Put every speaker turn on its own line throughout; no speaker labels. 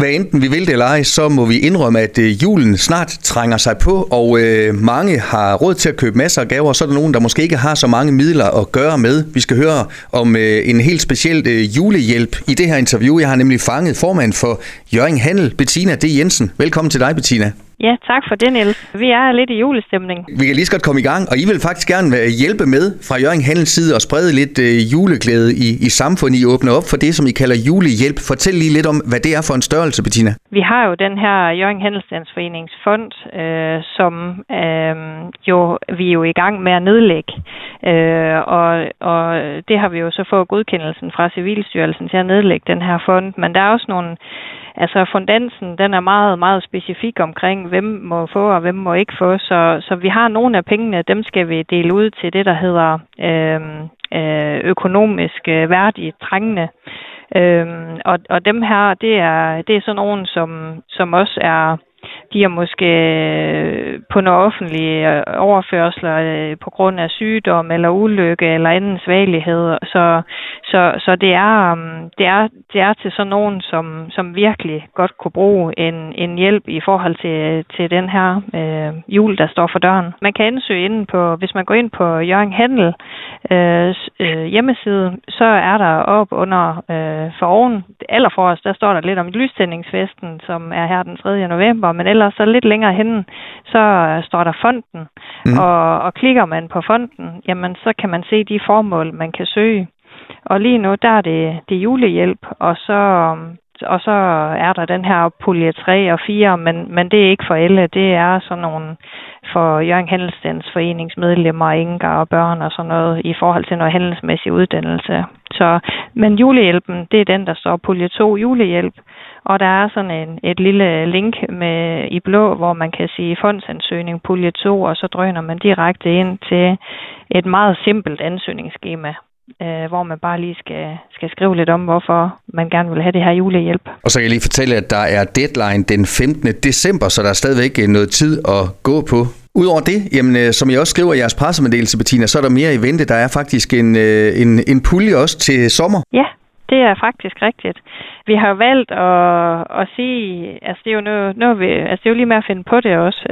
Hvad enten vi vil det eller ej, så må vi indrømme, at julen snart trænger sig på, og mange har råd til at købe masser af gaver, og så er der nogen, der måske ikke har så mange midler at gøre med. Vi skal høre om en helt speciel julehjælp i det her interview. Jeg har nemlig fanget formand for Hjørring Handel, Bettina D. Jensen. Velkommen til dig, Bettina.
Ja, tak for det, Niels. Vi er lidt i julestemning.
Vi kan lige så godt komme i gang, og I vil faktisk gerne hjælpe med fra Hjørring Handels side og sprede lidt juleglæde i samfundet. I åbner op for det, som I kalder julehjælp. Fortæl lige lidt om, hvad det er for en størrelse, Bettina.
Vi har jo den her Hjørring Handelsstandsforeningsfond, som vi er jo i gang med at nedlægge. Og det har vi jo så fået godkendelsen fra Civilstyrelsen til at nedlægge den her fond. Men der er også nogle... Altså fondansen, den er meget, meget specifik omkring, hvem må få og hvem må ikke få. Så vi har nogle af pengene, dem skal vi dele ud til det, der hedder økonomisk værdigt trængende. Og dem her, det er sådan nogen, som også er... De er måske på nogle offentlige overførsler på grund af sygdom eller ulykke eller anden svagelighed. Så det er til sådan nogen, som virkelig godt kunne bruge en hjælp i forhold til den her jul, der står for døren. Man kan ansøge hvis man går ind på Hjørring Handel hjemmeside, så er der op under for oven, allerforrest, der står der lidt om lystændingsfesten, som er her den 3. november, men ellers så lidt længere henne, så står der fonden, og klikker man på fonden, jamen så kan man se de formål, man kan søge. Og lige nu, der er det julehjælp, og så er der den her pulje 3 og 4, men det er ikke for alle. Det er sådan nogle for Hjørring Handelsstandsforeningsmedlemmer, enker og børn og sådan noget i forhold til noget handelsmæssig uddannelse. Men julehjælpen, det er den, der står pulje 2 julehjælp. Og der er sådan et lille link i blå, hvor man kan sige fondsansøgning pulje 2, og så drøner man direkte ind til et meget simpelt ansøgningsskema, hvor man bare lige skal skrive lidt om, hvorfor man gerne vil have det her julehjælp.
Og så kan jeg lige fortælle, at der er deadline den 15. december, så der er stadigvæk noget tid at gå på. Udover det, jamen, som jeg også skriver i jeres pressemeddelelse, Bettina, så er der mere i vente. Der er faktisk en pulje også til sommer. Ja,
det er faktisk rigtigt. Vi har valgt at sige, altså det er jo det er jo lige med at finde på det også,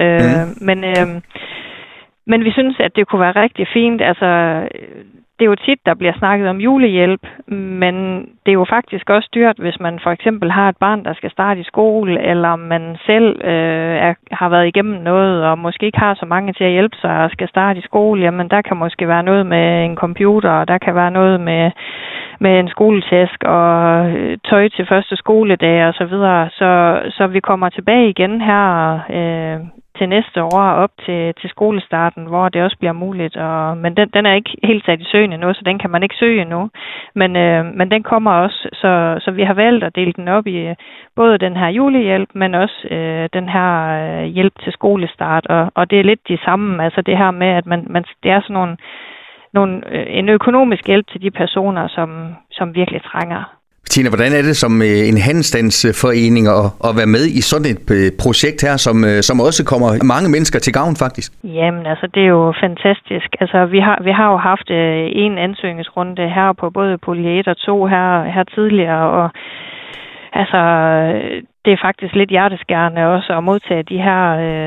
men vi synes, at det kunne være rigtig fint. Altså, det er jo tit, der bliver snakket om julehjælp, men det er jo faktisk også dyrt, hvis man for eksempel har et barn, der skal starte i skole, eller man selv har været igennem noget, og måske ikke har så mange til at hjælpe sig og skal starte i skole. Jamen, der kan måske være noget med en computer, og der kan være noget med en skoletask og tøj til første skoledag og så videre. Så vi kommer tilbage igen her til næste år op til skolestarten, hvor det også bliver muligt. Men den er ikke helt sat i søen endnu, så den kan man ikke søge endnu. Men den kommer også, så vi har valgt at dele den op i både den her julehjælp, men også den her hjælp til skolestart. Og det er lidt de samme, altså det her med, at det er sådan en økonomisk hjælp til de personer, som virkelig trænger.
Bettina, hvordan er det som en handelsstandsforening at være med i sådan et projekt her, som også kommer mange mennesker til gavn faktisk?
Jamen, altså det er jo fantastisk. Altså vi har jo haft en ansøgningsrunde her på både pulje 1 og 2 her tidligere, og altså det er faktisk lidt hjerteskærende også at modtage de her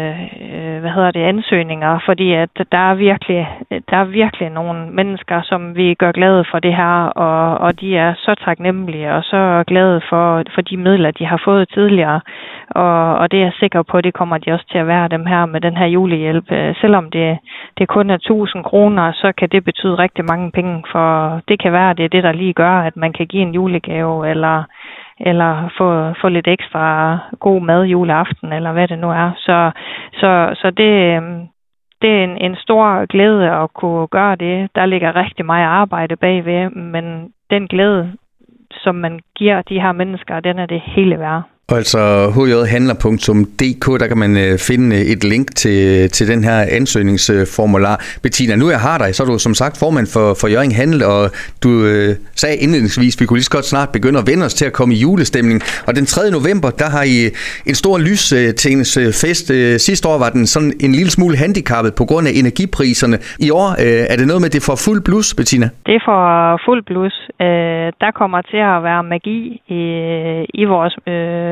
ansøgninger, fordi at der er virkelig nogle mennesker, som vi gør glade for det her, og de er så taknemmelige og så glade for de midler, de har fået tidligere, og det er jeg sikker på, det kommer de også til at være dem her med den her julehjælp. Selvom det kun er 1.000 kroner, så kan det betyde rigtig mange penge, for det kan være, det er det, der lige gør, at man kan give en julegave, eller få lidt ekstra god mad juleaften, eller hvad det nu er. Så det er en stor glæde at kunne gøre det. Der ligger rigtig meget arbejde bagved, men den glæde, som man giver de her mennesker, den er det hele værd.
Og altså hjhandler.dk, der kan man finde et link til den her ansøgningsformular. Bettina, nu jeg har dig, så er du som sagt formand for Hjørring Handel, og du sagde indledningsvis, vi kunne lige så godt snart begynde at vende os til at komme i julestemning. Og den 3. november, der har I en stor lystændingsfest. Sidste år var den sådan en lille smule handicappet på grund af energipriserne. I år er det noget med, at det får fuld blus, Bettina?
Det får fuld blus. Der kommer til at være magi i vores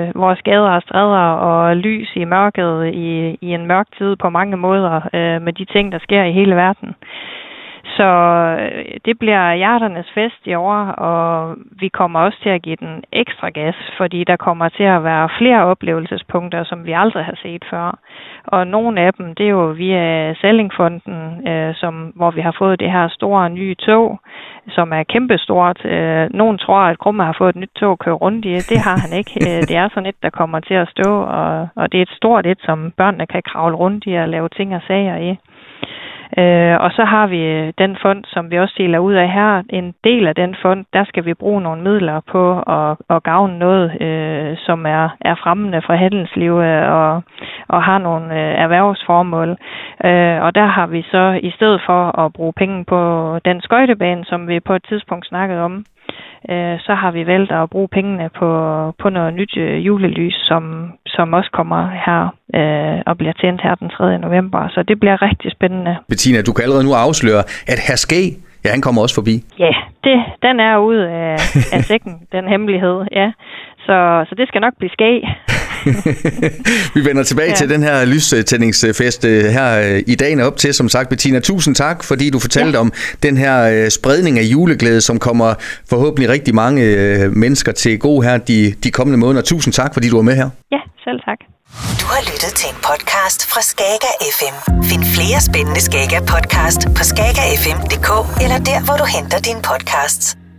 vores gader og stræder og lys i mørket i en mørk tid på mange måder med de ting, der sker i hele verden. Så det bliver hjerternes fest i år, og vi kommer også til at give den ekstra gas, fordi der kommer til at være flere oplevelsespunkter, som vi aldrig har set før. Og nogle af dem, det er jo via Sallingfonden, hvor vi har fået det her store nye tog, som er kæmpestort. Nogen tror, at Krumme har fået et nyt tog at køre rundt i. Det har han ikke. Det er sådan et, der kommer til at stå, og det er et stort et, som børnene kan kravle rundt i og lave ting og sager i. Og så har vi den fond, som vi også deler ud af her. En del af den fond, der skal vi bruge nogle midler på at gavne noget, som er fremmende for handelslivet og har nogle erhvervsformål. Og der har vi så i stedet for at bruge penge på den skøjtebane, som vi på et tidspunkt snakkede om, så har vi valgt at bruge pengene på noget nyt julelys, som også kommer her og bliver tændt her den 3. november. Så det bliver rigtig spændende.
Bettina, du kan allerede nu afsløre, at Hr. Skæg, han kommer også forbi.
Ja, den er ude af sækken, den hemmelighed, ja. Så det skal nok blive skæg.
Vi vender tilbage til den her lystændingsfest her i dagen op til, som sagt. Bettina, tusind tak, fordi du fortalte om den her spredning af juleglæde, som kommer forhåbentlig rigtig mange mennesker til gode her de kommende måneder. Tusind tak, fordi du var med her.
Ja, selv tak.
Du har lyttet til en podcast fra Skager FM. Find flere spændende Skager podcast på skagerfm.dk eller der, hvor du henter dine podcasts.